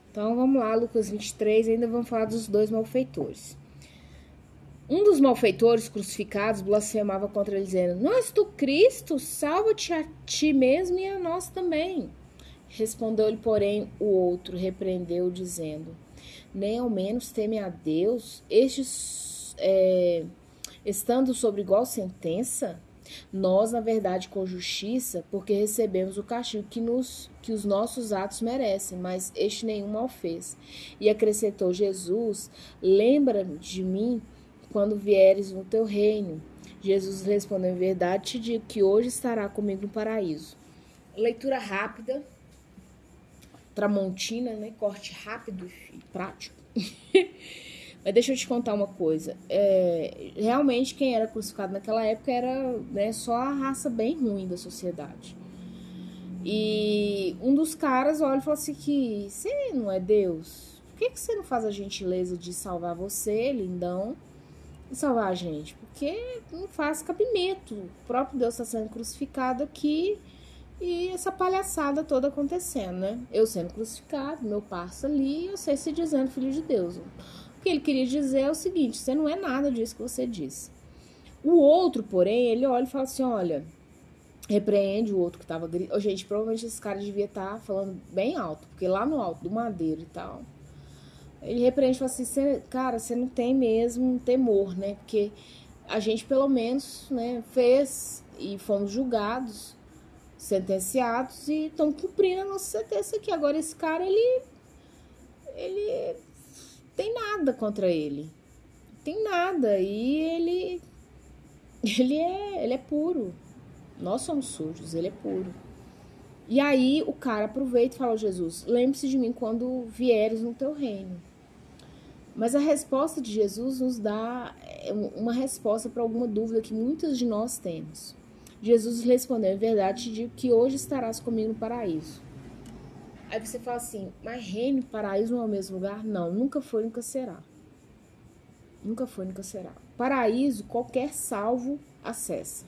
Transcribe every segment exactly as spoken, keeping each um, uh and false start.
Então, vamos lá, Lucas vinte e três, ainda vamos falar dos dois malfeitores. Um dos malfeitores crucificados blasfemava contra ele, dizendo: Não és tu Cristo? Salva-te a ti mesmo e a nós também. Respondeu-lhe, porém, o outro, repreendeu, dizendo: Nem ao menos teme a Deus, estes, é, estando sob igual sentença? Nós, na verdade, com justiça, porque recebemos o castigo que, nos, que os nossos atos merecem, mas este nenhum mal fez. E acrescentou Jesus: Lembra de mim quando vieres no teu reino. Jesus respondeu: Em verdade te digo que hoje estará comigo no paraíso. Leitura rápida, Tramontina, né? Corte rápido e prático. Mas deixa eu te contar uma coisa. É, realmente, quem era crucificado naquela época era, né, só a raça bem ruim da sociedade. E um dos caras olha e fala assim que você não é Deus? Por que, que você não faz a gentileza de salvar você, lindão, e salvar a gente? Porque não faz cabimento. O próprio Deus está sendo crucificado aqui e essa palhaçada toda acontecendo, né? Eu sendo crucificado, meu parça ali, eu sei se dizendo filho de Deus. O que ele queria dizer é o seguinte: você não é nada disso que você disse. O outro, porém, ele olha e fala assim: olha, repreende o outro que tava gritando. Oh, gente, provavelmente esse cara devia estar tá falando bem alto, porque lá no alto do madeiro e tal. Ele repreende e fala assim: cê, cara, você não tem mesmo temor, né? Porque a gente, pelo menos, né, fez e fomos julgados, sentenciados e estão cumprindo a nossa sentença aqui. Agora, esse cara, ele. Ele. Tem nada contra ele. Tem nada. E ele. Ele é, ele é puro. Nós somos sujos, ele é puro. E aí o cara aproveita e fala: Jesus, lembre-se de mim quando vieres no teu reino. Mas a resposta de Jesus nos dá uma resposta para alguma dúvida que muitos de nós temos. Jesus respondeu: em verdade te digo que hoje estarás comigo no paraíso. Aí você fala assim: mas reino e paraíso não é o mesmo lugar? Não, nunca foi, nunca será. Nunca foi, nunca será. Paraíso, qualquer salvo acessa.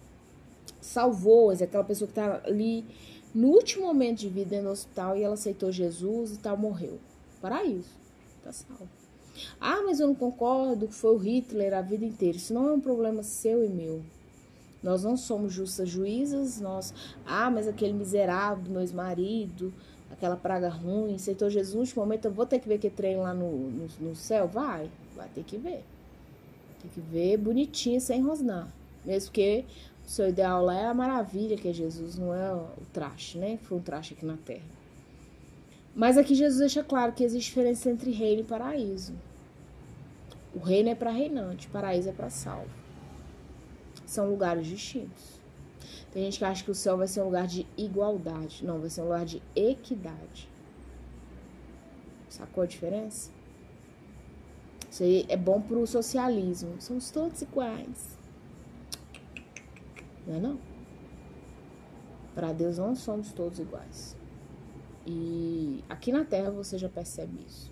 Salvou, é aquela pessoa que está ali no último momento de vida no hospital e ela aceitou Jesus e tal, morreu. Paraíso, tá salvo. Ah, mas eu não concordo, foi o Hitler a vida inteira. Isso não é um problema seu e meu. Nós não somos justas juízas, nós... Ah, mas aquele miserável do meu ex-marido, aquela praga ruim, aceitou Jesus no último momento, eu vou ter que ver que trem lá no, no, no céu? Vai, vai ter que ver. Tem que ver bonitinho, sem rosnar. Mesmo que o seu ideal lá é a maravilha que é Jesus, não é o traste, né? Foi um traste aqui na terra. Mas aqui Jesus deixa claro que existe diferença entre reino e paraíso. O reino é para reinante, o paraíso é para salvo. São lugares distintos. Tem gente que acha que o céu vai ser um lugar de igualdade. Não, vai ser um lugar de equidade. Sacou a diferença? Isso aí é bom pro socialismo. Somos todos iguais. Não é não? Para Deus não somos todos iguais. E aqui na Terra você já percebe isso.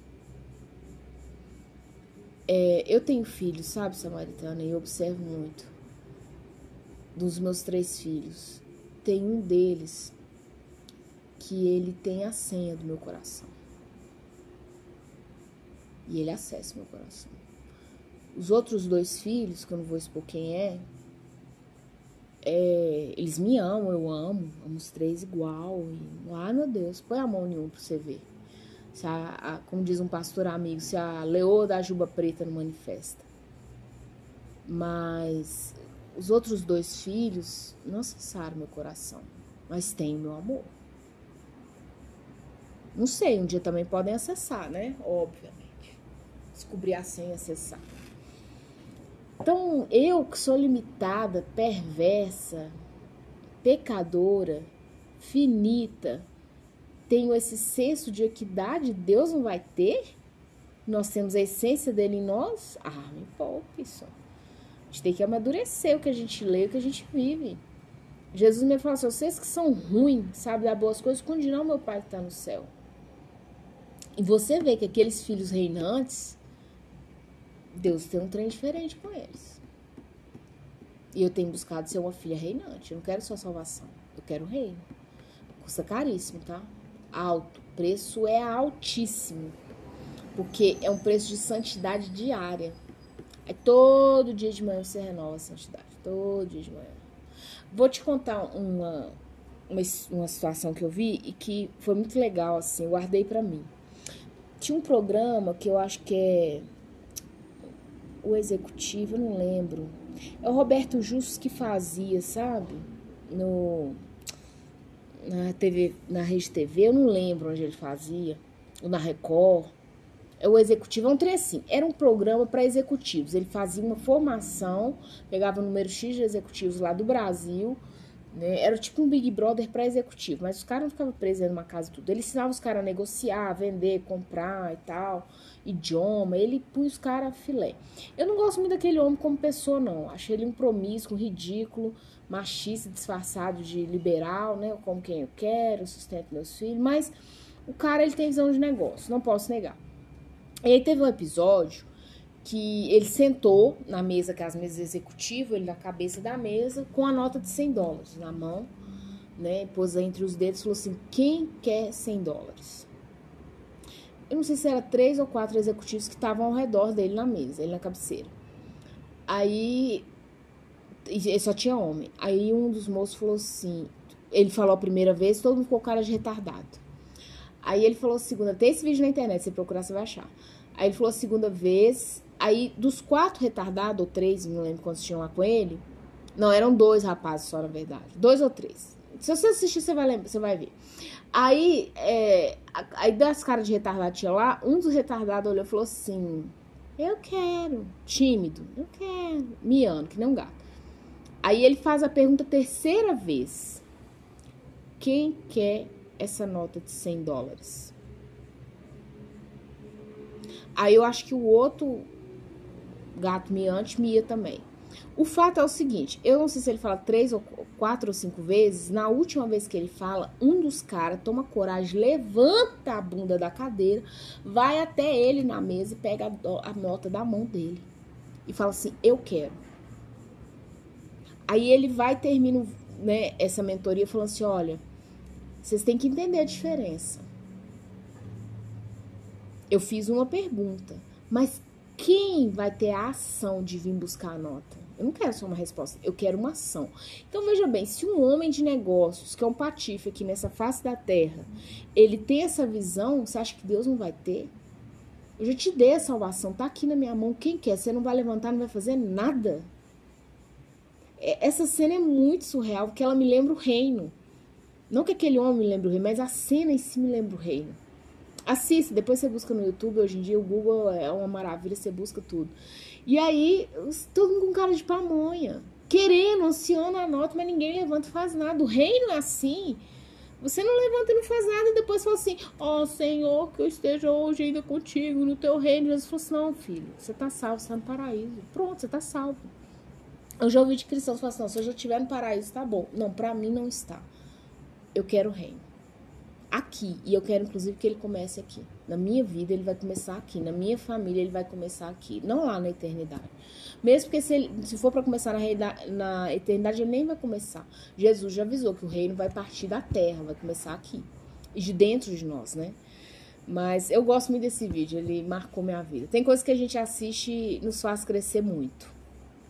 É, eu tenho filhos, sabe, Samaritana, e eu observo muito. Dos meus três filhos, tem um deles que ele tem a senha do meu coração. E ele acessa meu coração. Os outros dois filhos, que eu não vou expor quem é, é eles me amam, eu amo, amo os três igual. E, ai, meu Deus, põe a mão em um pra você ver. Se a, a, como diz um pastor amigo, se a leoa da juba preta não manifesta. Mas os outros dois filhos não acessaram meu coração, mas têm o meu amor. Não sei, um dia também podem acessar, né? Obviamente. Descobrir a senha e acessar. Então, eu que sou limitada, perversa, pecadora, finita, tenho esse senso de equidade, Deus não vai ter? Nós temos a essência dele em nós? Ah, me poupe só. A gente tem que amadurecer o que a gente lê, o que a gente vive. Jesus me falou assim: vocês que são ruins, sabem dar boas coisas, escondirão o meu Pai que está no céu. E você vê que aqueles filhos reinantes, Deus tem um trem diferente com eles. E eu tenho buscado ser uma filha reinante. Eu não quero só salvação, eu quero o reino. Custa caríssimo, tá? Alto, O preço é altíssimo, porque é um preço de santidade diária. Aí todo dia de manhã você renova a santidade, todo dia de manhã. Vou te contar uma, uma, uma situação que eu vi e que foi muito legal, assim, eu guardei pra mim. Tinha um programa que eu acho que é o Executivo, eu não lembro. É o Roberto Justus que fazia, sabe? No, na T V, na Rede T V, eu não lembro onde ele fazia. Ou na Record. É o Executivo, é um trem assim. Era um programa para executivos. Ele fazia uma formação, pegava o número X de executivos lá do Brasil, né? Era tipo um Big Brother para executivo, mas os caras não ficavam presos numa casa e tudo. Ele ensinava os caras a negociar, vender, comprar e tal, idioma. Ele punha os caras a filé. Eu não gosto muito daquele homem como pessoa, não. Achei ele um promíscuo, ridículo, machista, disfarçado de liberal, né? Eu como quem eu quero, sustento meus filhos. Mas o cara, ele tem visão de negócio, não posso negar. E aí teve um episódio que ele sentou na mesa, que é as mesas executivas, ele na cabeça da mesa, com a nota de cem dólares na mão, né? Pôs entre os dedos e falou assim, quem quer cem dólares? Eu não sei se era três ou quatro executivos que estavam ao redor dele na mesa, ele na cabeceira. Aí, ele só tinha homem. Aí um dos moços falou assim, ele falou a primeira vez, todo mundo ficou com cara de retardado. Aí ele falou a segunda, tem esse vídeo na internet, se você procurar você vai achar. Aí ele falou a segunda vez, aí dos quatro retardados, ou três, não lembro quantos tinham lá com ele, não, eram dois rapazes só, na verdade, dois ou três. Se você assistir, você vai lembrar, você vai ver. Aí, é, aí das caras de retardado tinha lá, um dos retardados olhou e falou assim, eu quero, tímido, eu quero, miando, que nem um gato. Aí ele faz a pergunta terceira vez, quem quer essa nota de cem dólares? Aí eu acho que o outro gato miante mia também. O fato é o seguinte, eu não sei se ele fala três ou quatro ou cinco vezes, na última vez que ele fala, um dos caras toma coragem, levanta a bunda da cadeira, vai até ele na mesa e pega a, a nota da mão dele e fala assim, eu quero. Aí ele vai e termina, né, essa mentoria falando assim, olha, vocês têm que entender a diferença. Eu fiz uma pergunta, mas quem vai ter a ação de vir buscar a nota? Eu não quero só uma resposta, eu quero uma ação. Então, veja bem, se um homem de negócios, que é um patife aqui nessa face da terra, ele tem essa visão, você acha que Deus não vai ter? Eu já te dei a salvação, tá aqui na minha mão, quem quer? Você não vai levantar, não vai fazer nada. Essa cena é muito surreal, porque ela me lembra o reino. Não que aquele homem me lembre o reino, mas a cena em si me lembra o reino. Assista, depois você busca no YouTube, hoje em dia o Google é uma maravilha, você busca tudo. E aí, todo mundo com cara de pamonha, querendo, ansiando a nota, mas ninguém levanta e faz nada. O reino é assim, você não levanta e não faz nada, e depois fala assim, ó, oh, Senhor, que eu esteja hoje ainda contigo no teu reino. Jesus falou assim, não, filho, você tá salvo, você tá no paraíso. Pronto, você tá salvo. Eu já ouvi de cristãos falando assim, não, se eu já estiver no paraíso, tá bom. Não, pra mim não está. Eu quero o reino. Aqui. E eu quero, inclusive, que ele comece aqui. Na minha vida, ele vai começar aqui. Na minha família, ele vai começar aqui. Não lá na eternidade. Mesmo porque se, ele, se for para começar na, na eternidade, ele nem vai começar. Jesus já avisou que o reino vai partir da terra, vai começar aqui. E de dentro de nós, né? Mas eu gosto muito desse vídeo. Ele marcou minha vida. Tem coisas que a gente assiste e nos faz crescer muito.